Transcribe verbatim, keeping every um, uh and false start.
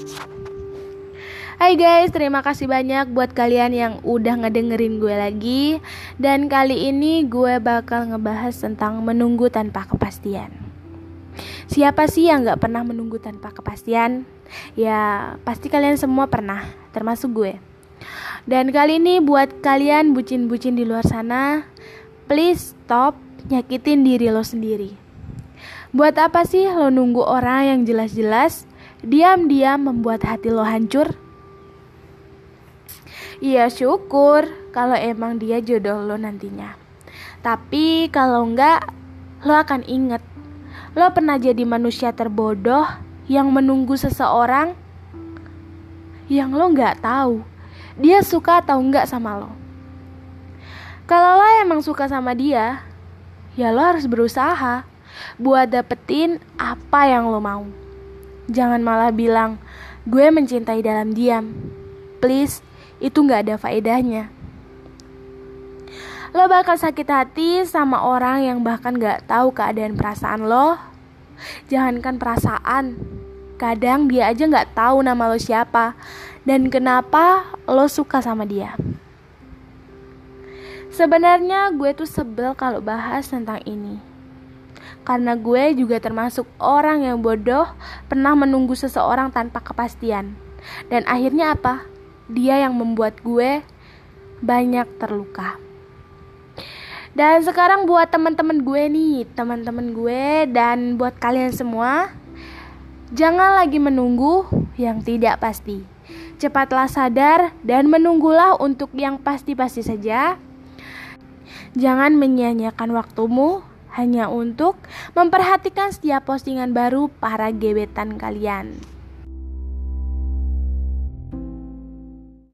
Hai guys, terima kasih banyak buat kalian yang udah ngedengerin gue lagi. Dan kali ini gue bakal ngebahas tentang menunggu tanpa kepastian. Siapa sih yang gak pernah menunggu tanpa kepastian? Ya pasti kalian semua pernah, termasuk gue. Dan kali ini buat kalian bucin-bucin di luar sana, please stop nyakitin diri lo sendiri. Buat apa sih lo nunggu orang yang jelas-jelas diam-diam membuat hati lo hancur? Iya, syukur kalau emang dia jodoh lo nantinya. Tapi kalau enggak, lo akan inget lo pernah jadi manusia terbodoh yang menunggu seseorang yang lo enggak tahu dia suka atau enggak sama lo. Kalau lo emang suka sama dia, ya lo harus berusaha buat dapetin apa yang lo mau. Jangan malah bilang, gue mencintai dalam diam. Please, itu gak ada faedahnya. Lo bakal sakit hati sama orang yang bahkan gak tahu keadaan perasaan lo. Jangankan perasaan, kadang dia aja gak tahu nama lo siapa dan kenapa lo suka sama dia. Sebenarnya gue tuh sebel kalau bahas tentang ini, karena gue juga termasuk orang yang bodoh pernah menunggu seseorang tanpa kepastian. Dan akhirnya apa? Dia yang membuat gue banyak terluka. Dan sekarang buat teman-teman gue nih, teman-teman gue dan buat kalian semua, jangan lagi menunggu yang tidak pasti. Cepatlah sadar dan menunggulah untuk yang pasti-pasti saja. Jangan menyia-nyiakan waktumu hanya untuk memperhatikan setiap postingan baru para gebetan kalian.